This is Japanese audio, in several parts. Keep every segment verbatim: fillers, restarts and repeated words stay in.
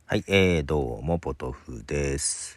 はい、えー、どうもポトフです。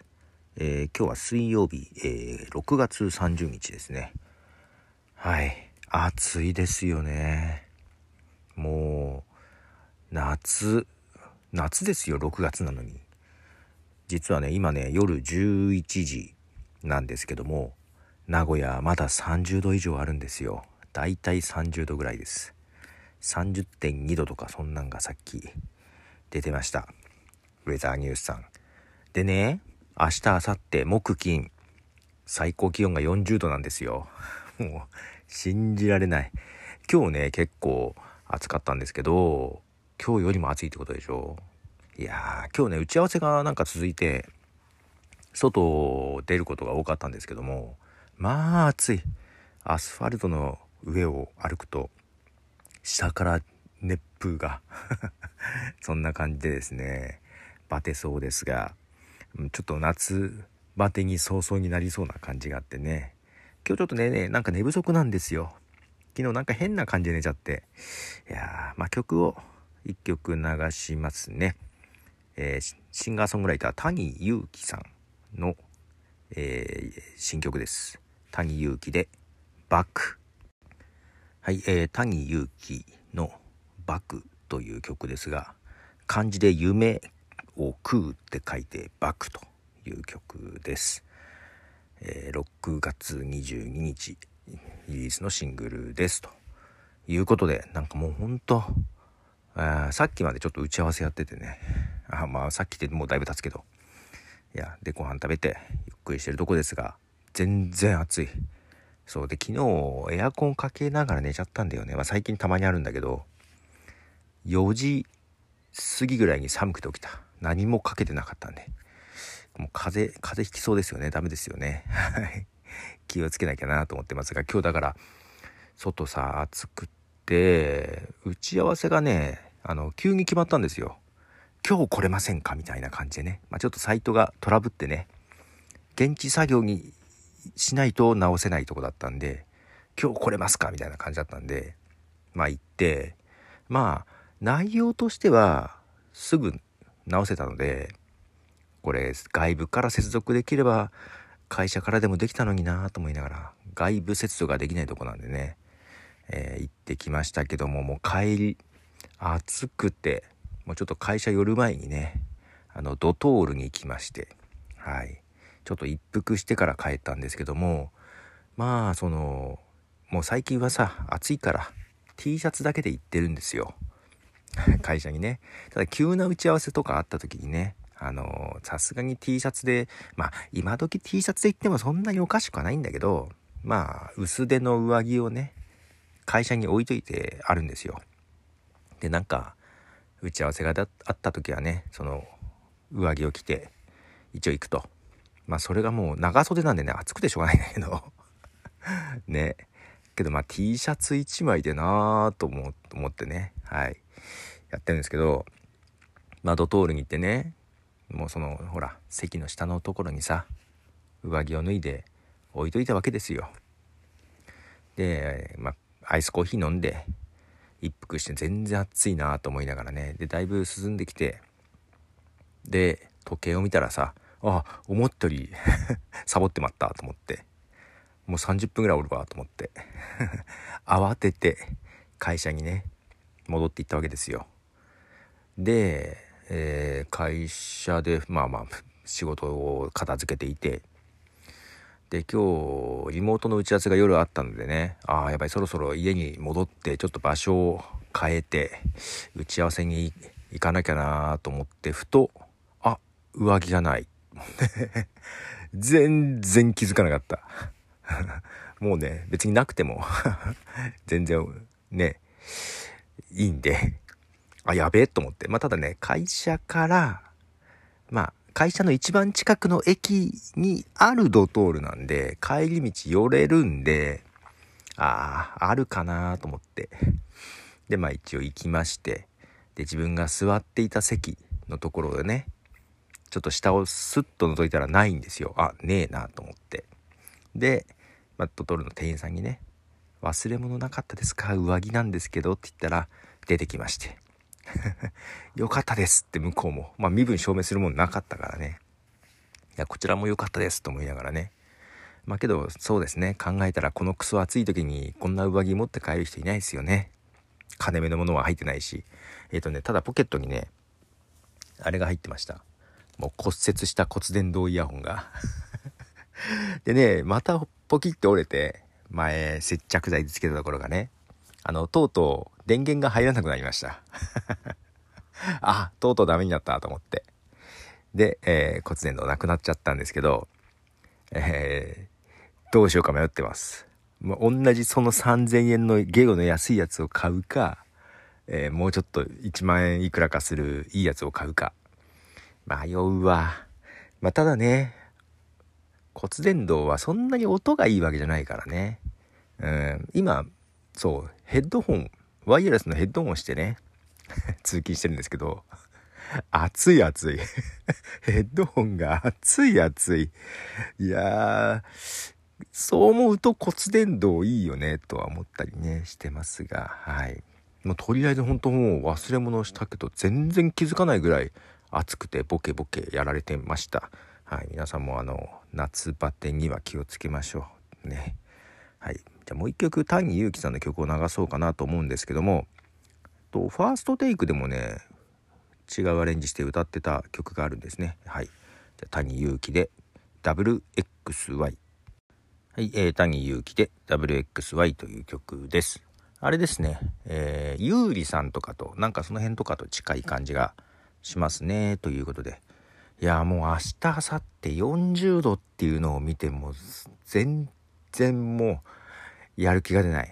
えー、今日は水曜日、えー、ろくがつさんじゅうにちですね。はい、暑いですよね。もう夏夏ですよ。ろくがつなのに。実はね、今ね夜じゅういちじなんですけども、名古屋まださんじゅうど以上あるんですよ。だいたいさんじゅうどぐらいです。さんじゅってんにどとかそんなんがさっき出てました。ウェザーニュースさんでね、明日明後日木金最高気温がよんじゅうどなんですよ。もう信じられない。今日ね結構暑かったんですけど、今日よりも暑いってことでしょ。いやー、今日ね打ち合わせがなんか続いて外出ることが多かったんですけども、まあ暑い。アスファルトの上を歩くと下から熱風がそんな感じでですね、バテそうですが、ちょっと夏バテに早々になりそうな感じがあってね、今日ちょっとねねなんか寝不足なんですよ。昨日なんか変な感じで寝ちゃって、いやー、まあ曲を一曲流しますね。えー、シンガーソングライター谷祐希さんの、えー、新曲です。谷祐希でバック。はい、えー、谷祐希のバックという曲ですが、漢字で夢を食うって書いてバックという曲です。えー、ろくがつにじゅうににちリリースのシングルですということで、なんかもうほんとさっきまでちょっと打ち合わせやっててね、あまあさっきってもうだいぶ経つけど、いやでご飯食べてゆっくりしてるとこですが、全然暑い。そうで、昨日エアコンかけながら寝ちゃったんだよね。まあ、最近たまにあるんだけど、よじ過ぎぐらいに寒くて起きた。何もかけてなかったんで、もう風邪風邪ひきそうですよね。ダメですよね。気をつけなきゃなと思ってますが、今日だから外さ暑くって打ち合わせがね、あの急に決まったんですよ。今日来れませんかみたいな感じでね、まあ、ちょっとサイトがトラブってね、現地作業にしないと直せないとこだったんで、今日来れますかみたいな感じだったんで、まあ行って、まあ内容としてはすぐ直せたので、これ外部から接続できれば会社からでもできたのになと思いながら、外部接続ができないとこなんでね、えー、行ってきましたけども、もう帰り暑くて、もうちょっと会社寄る前にね、あのドトールに行きまして、はい、ちょっと一服してから帰ったんですけども、まあそのもう最近はさ暑いから T シャツだけで行ってるんですよ会社にね。ただ急な打ち合わせとかあった時にね、あのさすがに T シャツで、まあ今時 T シャツで行ってもそんなにおかしくはないんだけど、まあ薄手の上着をね会社に置いといてあるんですよ。でなんか打ち合わせがあった時はね、その上着を着て一応行くと、まあそれがもう長袖なんでね、暑くてしょうがないんだけどね、けどまあ T シャツいちまいでなぁと思ってね、はいやってるんですけど、まあドトールに行ってね、もうそのほら席の下のところにさ上着を脱いで置いといたわけですよ。でまあアイスコーヒー飲んで一服して、全然暑いなと思いながらね、でだいぶ涼んできて、で時計を見たらさ、あ思ったよりサボってまったと思って、もうさんじゅっぷんぐらいおるわと思って慌てて会社にね戻っていったわけですよ。で、えー、会社でまあまあ仕事を片付けていて、で今日リモートの打ち合わせが夜あったのでね、ああやばい、そろそろ家に戻ってちょっと場所を変えて打ち合わせに行かなきゃなと思って、ふとあ上着がない全然気づかなかったもうね別になくても全然ねいいんで、あやべえと思って、まあただね会社からまあ会社の一番近くの駅にあるドトールなんで帰り道寄れるんで、あああるかなと思って、でまあ一応行きまして、で自分が座っていた席のところでねちょっと下をスッと覗いたらないんですよ。あねえなと思って、で、まあ、ドトールの店員さんにね、忘れ物なかったですか、上着なんですけどって言ったら出てきましてよかったですって向こうも、まあ身分証明するもんなかったからね、いやこちらもよかったですと思いながらね、まあけどそうですね、考えたらこのクソ暑い時にこんな上着持って帰る人いないですよね。金目のものは入ってないし、えっとねただポケットにねあれが入ってました。もう骨折した骨伝導イヤホンがでね、またポキって折れて、前接着剤でつけたところがね、あのとうとう電源が入らなくなりましたあ、とうとうダメになったと思って、で、えー、骨伝導なくなっちゃったんですけど、えー、どうしようか迷ってます。もう同じそのさんぜんえんのゲオの安いやつを買うか、えー、もうちょっといちまん円いくらかするいいやつを買うか迷うわ。まあただね、骨伝導はそんなに音がいいわけじゃないからね。うん、今そうヘッドホン、ワイヤレスのヘッドホンをしてね通勤してるんですけど、熱い熱いヘッドホンが熱い熱い。いやー、そう思うと骨伝導いいよねとは思ったりねしてますが、はい。もうとりあえず本当もう忘れ物したけど全然気づかないぐらい暑くてボケボケやられてました。はい、皆さんもあの夏バテには気をつけましょうね。はい、じゃあもう一曲谷祐希さんの曲を流そうかなと思うんですけども、とファーストテイクでもね違うアレンジして歌ってた曲があるんですね。はい、じゃあ谷祐希で ダブリューエックスワイ、 はい、えー、谷祐希で ダブリューエックスワイ という曲です。あれですね、えー、ゆうりさんとかとなんかその辺とかと近い感じがしますねということで、いやもう明日明後日よんじゅうどっていうのを見ても全然もうやる気が出ない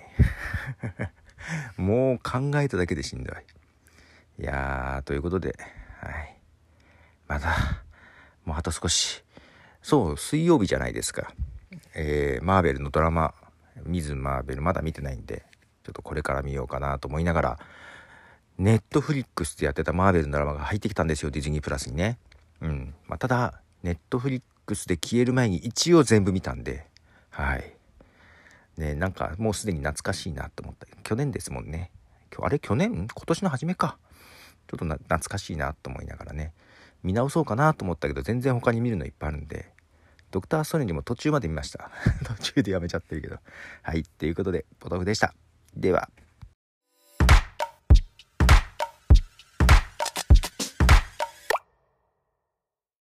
もう考えただけでしんどい。いやーということで、はい、まだもうあと少し。そう水曜日じゃないですか。えー、マーベルのドラマミズ・マーベルまだ見てないんで、ちょっとこれから見ようかなと思いながら、ネットフリックスでやってたマーベルのドラマが入ってきたんですよ、ディズニープラスにね。うん、まあ、ただネットフリックスで消える前に一応全部見たんで、はいね、なんかもうすでに懐かしいなと思った。去年ですもんね。あれ去年今年の初めか。ちょっとな懐かしいなと思いながらね見直そうかなと思ったけど、全然他に見るのいっぱいあるんで、ドクターストレンジも途中まで見ました途中でやめちゃってるけど、はい、ということでポトフでした。では。